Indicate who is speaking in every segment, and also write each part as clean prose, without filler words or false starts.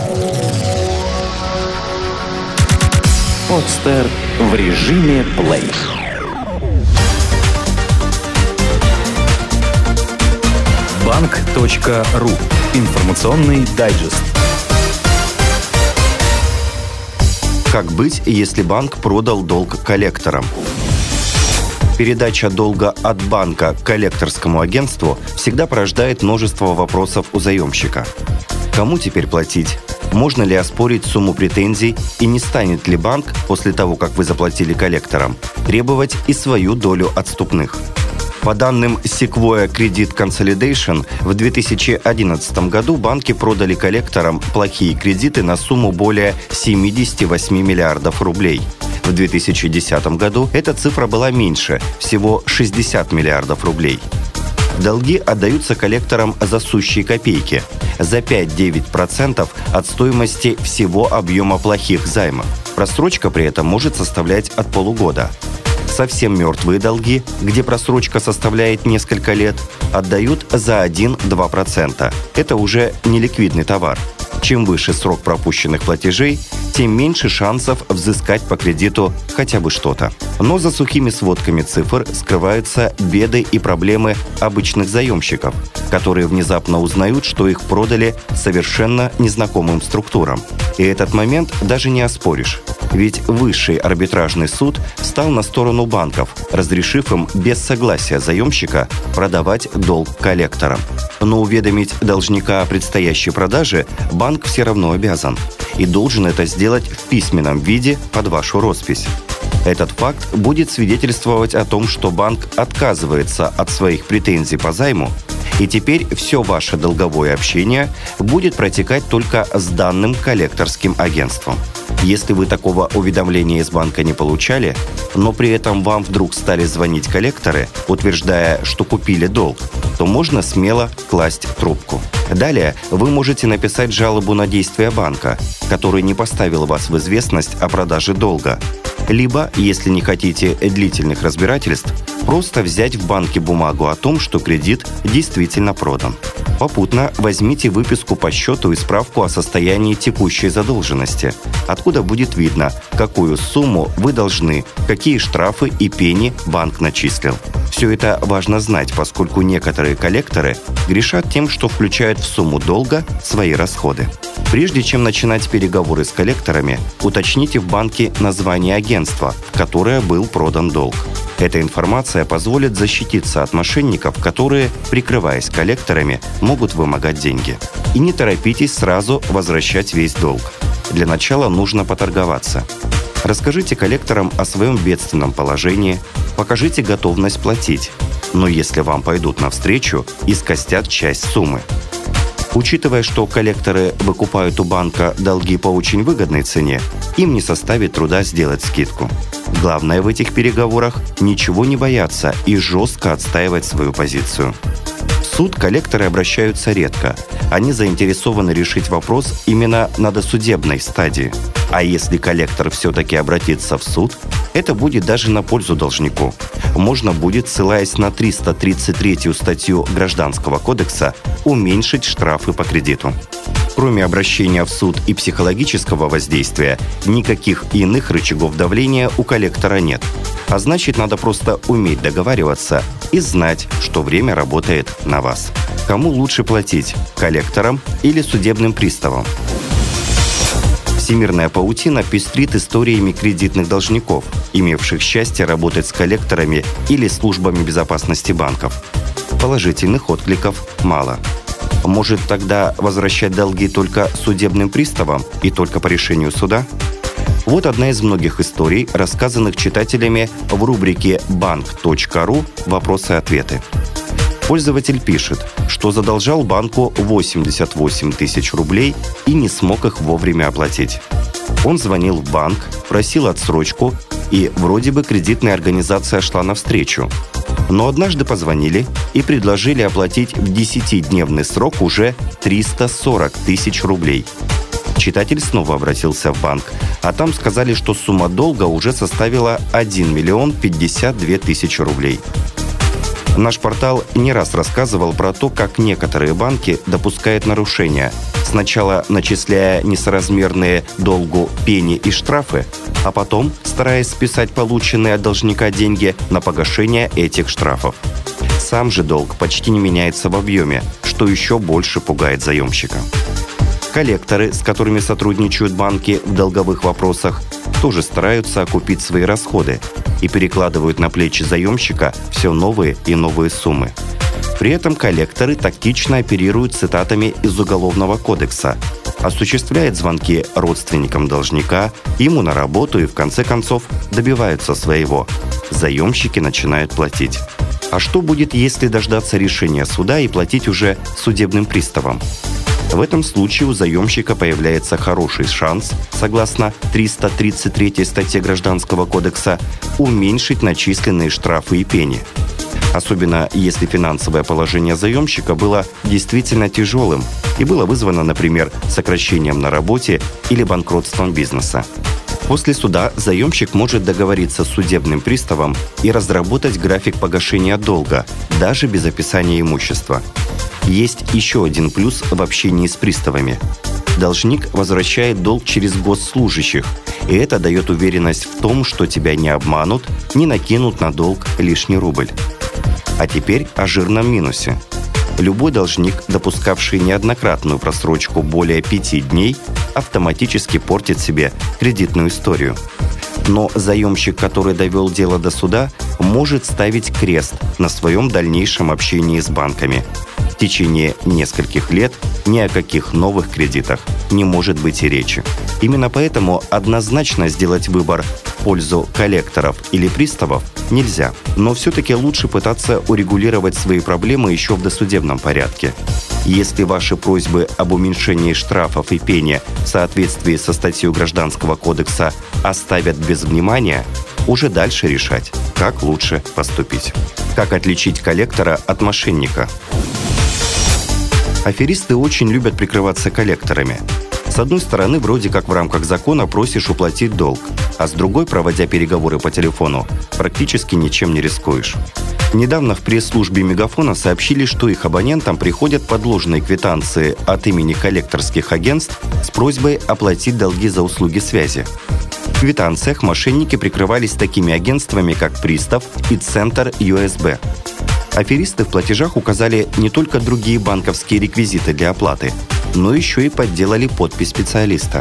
Speaker 1: Подстер в режиме плей. Банк.ру. Информационный дайджест.
Speaker 2: Как быть, если банк продал долг коллекторам? Передача долга от банка коллекторскому агентству всегда порождает множество вопросов у заемщика. Кому теперь платить? Можно ли оспорить сумму претензий? И не станет ли банк, после того, как вы заплатили коллекторам, требовать и свою долю отступных? По данным Sequoia Credit Consolidation, в 2011 году банки продали коллекторам плохие кредиты на сумму более 78 миллиардов рублей. В 2010 году эта цифра была меньше, всего 60 миллиардов рублей. Долги отдаются коллекторам за сущие копейки, за 5-9% от стоимости всего объема плохих займов. Просрочка при этом может составлять от полугода. Совсем мертвые долги, где просрочка составляет несколько лет, отдают за 1-2%. Это уже неликвидный товар. Чем выше срок пропущенных платежей, тем меньше шансов взыскать по кредиту хотя бы что-то. Но за сухими сводками цифр скрываются беды и проблемы обычных заемщиков, которые внезапно узнают, что их продали совершенно незнакомым структурам. И этот момент даже не оспоришь. Ведь высший арбитражный суд встал на сторону банков, разрешив им без согласия заемщика продавать долг коллекторам. Но уведомить должника о предстоящей продаже банк все равно обязан. И должен это сделать в письменном виде под вашу роспись. Этот факт будет свидетельствовать о том, что банк отказывается от своих претензий по займу, и теперь все ваше долговое общение будет протекать только с данным коллекторским агентством. Если вы такого уведомления из банка не получали, но при этом вам вдруг стали звонить коллекторы, утверждая, что купили долг, то можно смело класть трубку. Далее вы можете написать жалобу на действия банка, который не поставил вас в известность о продаже долга. Либо, если не хотите длительных разбирательств, просто взять в банке бумагу о том, что кредит действительно продан. Попутно возьмите выписку по счету и справку о состоянии текущей задолженности, откуда будет видно, какую сумму вы должны, какие штрафы и пени банк начислил. Все это важно знать, поскольку некоторые коллекторы грешат тем, что включают в сумму долга свои расходы. Прежде чем начинать переговоры с коллекторами, уточните в банке название агентства, в которое был продан долг. Эта информация позволит защититься от мошенников, которые, прикрываясь коллекторами, могут вымогать деньги. И не торопитесь сразу возвращать весь долг. Для начала нужно поторговаться. Расскажите коллекторам о своем бедственном положении, покажите готовность платить. Но если вам пойдут навстречу и скостят часть суммы. Учитывая, что коллекторы выкупают у банка долги по очень выгодной цене, им не составит труда сделать скидку. Главное в этих переговорах – ничего не бояться и жестко отстаивать свою позицию. В суд коллекторы обращаются редко. Они заинтересованы решить вопрос именно на досудебной стадии. А если коллектор все-таки обратится в суд, это будет даже на пользу должнику. Можно будет, ссылаясь на 333 статью Гражданского кодекса, уменьшить штрафы по кредиту. Кроме обращения в суд и психологического воздействия, никаких иных рычагов давления у коллектора нет. А значит, надо просто уметь договариваться и знать, что время работает на вас. Кому лучше платить – коллекторам или судебным приставам? Всемирная паутина пестрит историями кредитных должников, имевших счастье работать с коллекторами или службами безопасности банков. Положительных откликов мало. Может, тогда возвращать долги только судебным приставам и только по решению суда? Вот одна из многих историй, рассказанных читателями в рубрике bank.ru «Вопросы-ответы». Пользователь пишет, что задолжал банку 88 тысяч рублей и не смог их вовремя оплатить. Он звонил в банк, просил отсрочку, и вроде бы кредитная организация шла навстречу. Но однажды позвонили и предложили оплатить в 10-дневный срок уже 340 тысяч рублей. Читатель снова обратился в банк, а там сказали, что сумма долга уже составила 1 миллион 52 тысячи рублей. Наш портал не раз рассказывал про то, как некоторые банки допускают нарушения, сначала начисляя несоразмерные долгу пени и штрафы, а потом стараясь списать полученные от должника деньги на погашение этих штрафов. Сам же долг почти не меняется в объеме, что еще больше пугает заемщика. Коллекторы, с которыми сотрудничают банки в долговых вопросах, тоже стараются окупить свои расходы и перекладывают на плечи заемщика все новые и новые суммы. При этом коллекторы тактично оперируют цитатами из Уголовного кодекса, осуществляют звонки родственникам должника, ему на работу и в конце концов добиваются своего. Заемщики начинают платить. А что будет, если дождаться решения суда и платить уже судебным приставом? В этом случае у заемщика появляется хороший шанс, согласно 333 статье Гражданского кодекса, уменьшить начисленные штрафы и пени. Особенно если финансовое положение заемщика было действительно тяжелым и было вызвано, например, сокращением на работе или банкротством бизнеса. После суда заемщик может договориться с судебным приставом и разработать график погашения долга, даже без описания имущества. Есть еще один плюс в общении с приставами. Должник возвращает долг через госслужащих, и это дает уверенность в том, что тебя не обманут, не накинут на долг лишний рубль. А теперь о жирном минусе. Любой должник, допускавший неоднократную просрочку более 5 дней, автоматически портит себе кредитную историю. Но заемщик, который довел дело до суда, может ставить крест на своем дальнейшем общении с банками. В течение нескольких лет ни о каких новых кредитах не может быть и речи. Именно поэтому однозначно сделать выбор в пользу коллекторов или приставов нельзя. Но все-таки лучше пытаться урегулировать свои проблемы еще в досудебном порядке. Если ваши просьбы об уменьшении штрафов и пени в соответствии со статьей Гражданского кодекса оставят без внимания, уже дальше решать, как лучше поступить. Как отличить коллектора от мошенника? Аферисты очень любят прикрываться коллекторами. С одной стороны, вроде как в рамках закона просишь уплатить долг, а с другой, проводя переговоры по телефону, практически ничем не рискуешь. Недавно в пресс-службе Мегафона сообщили, что их абонентам приходят подложные квитанции от имени коллекторских агентств с просьбой оплатить долги за услуги связи. В квитанциях мошенники прикрывались такими агентствами, как «Пристав» и «Центр ЮСБ». Аферисты в платежах указали не только другие банковские реквизиты для оплаты, но еще и подделали подпись специалиста.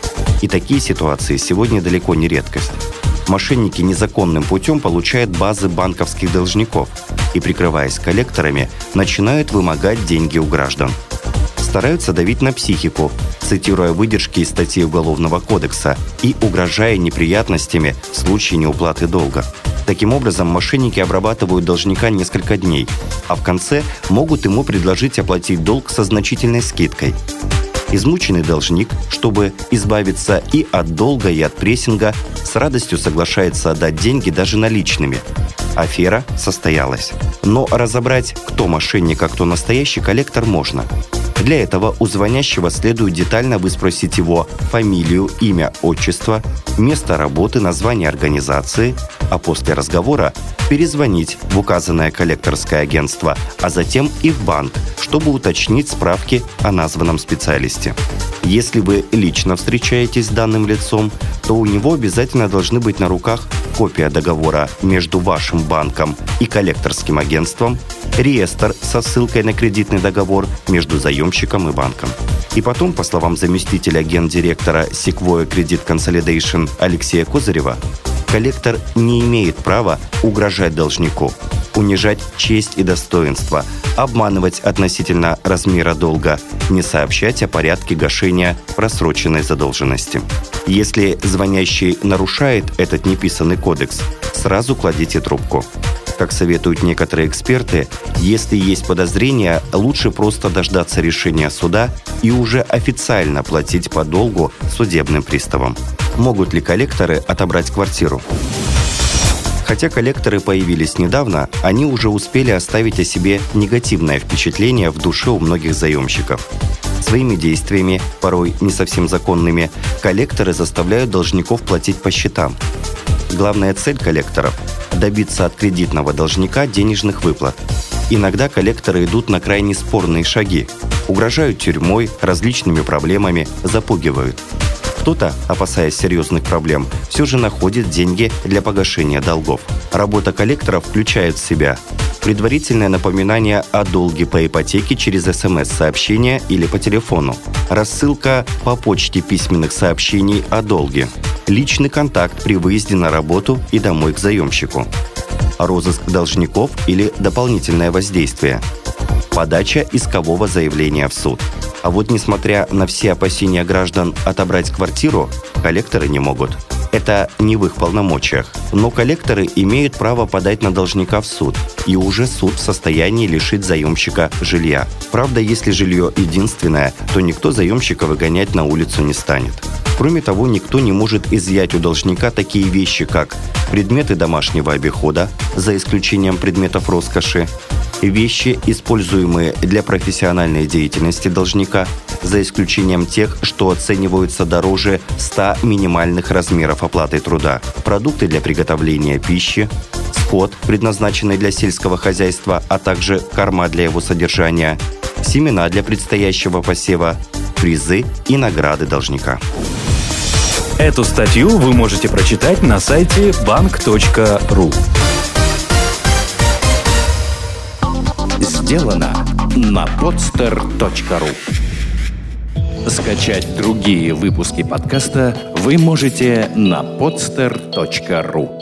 Speaker 2: И такие ситуации сегодня далеко не редкость. Мошенники незаконным путем получают базы банковских должников и, прикрываясь коллекторами, начинают вымогать деньги у граждан. Стараются давить на психику, цитируя выдержки из статьи Уголовного кодекса и угрожая неприятностями в случае неуплаты долга. Таким образом, мошенники обрабатывают должника несколько дней, а в конце могут ему предложить оплатить долг со значительной скидкой. Измученный должник, чтобы избавиться и от долга, и от прессинга, с радостью соглашается отдать деньги даже наличными. Афера состоялась. Но разобрать, кто мошенник, а кто настоящий коллектор, можно. Для этого у звонящего следует детально выспросить его фамилию, имя, отчество, место работы, название организации, а после разговора перезвонить в указанное коллекторское агентство, а затем и в банк, чтобы уточнить справки о названном специалисте. Если вы лично встречаетесь с данным лицом, то у него обязательно должны быть на руках копия договора между вашим банком и коллекторским агентством, реестр со ссылкой на кредитный договор между заемщиком и банком. И потом, по словам заместителя гендиректора Sequoia Credit Consolidation Алексея Козырева, коллектор не имеет права угрожать должнику, унижать честь и достоинство, обманывать относительно размера долга, не сообщать о порядке гашения просроченной задолженности. Если звонящий нарушает этот неписанный кодекс, сразу кладите трубку. Как советуют некоторые эксперты, если есть подозрения, лучше просто дождаться решения суда и уже официально платить по долгу судебным приставам. Могут ли коллекторы отобрать квартиру? Хотя коллекторы появились недавно, они уже успели оставить о себе негативное впечатление в душе у многих заемщиков. Своими действиями, порой не совсем законными, коллекторы заставляют должников платить по счетам. Главная цель коллекторов – добиться от кредитного должника денежных выплат. Иногда коллекторы идут на крайне спорные шаги, угрожают тюрьмой, различными проблемами, запугивают. Кто-то, опасаясь серьезных проблем, все же находит деньги для погашения долгов. Работа коллекторов включает в себя предварительное напоминание о долге по ипотеке через СМС-сообщение или по телефону, рассылка по почте письменных сообщений о долге, личный контакт при выезде на работу и домой к заемщику, розыск должников или дополнительное воздействие, подача искового заявления в суд. А вот несмотря на все опасения граждан отобрать квартиру, коллекторы не могут. Это не в их полномочиях. Но коллекторы имеют право подать на должника в суд, и уже суд в состоянии лишить заемщика жилья. Правда, если жилье единственное, то никто заемщика выгонять на улицу не станет. Кроме того, никто не может изъять у должника такие вещи, как предметы домашнего обихода, за исключением предметов роскоши, вещи, используемые для профессиональной деятельности должника, за исключением тех, что оцениваются дороже 100 минимальных размеров оплаты труда, продукты для приготовления пищи, скот, предназначенный для сельского хозяйства, а также корма для его содержания, семена для предстоящего посева, призы и награды должника.
Speaker 1: Эту статью вы можете прочитать на сайте bank.ru. Сделано на podster.ru. Скачать другие выпуски подкаста вы можете на podster.ru.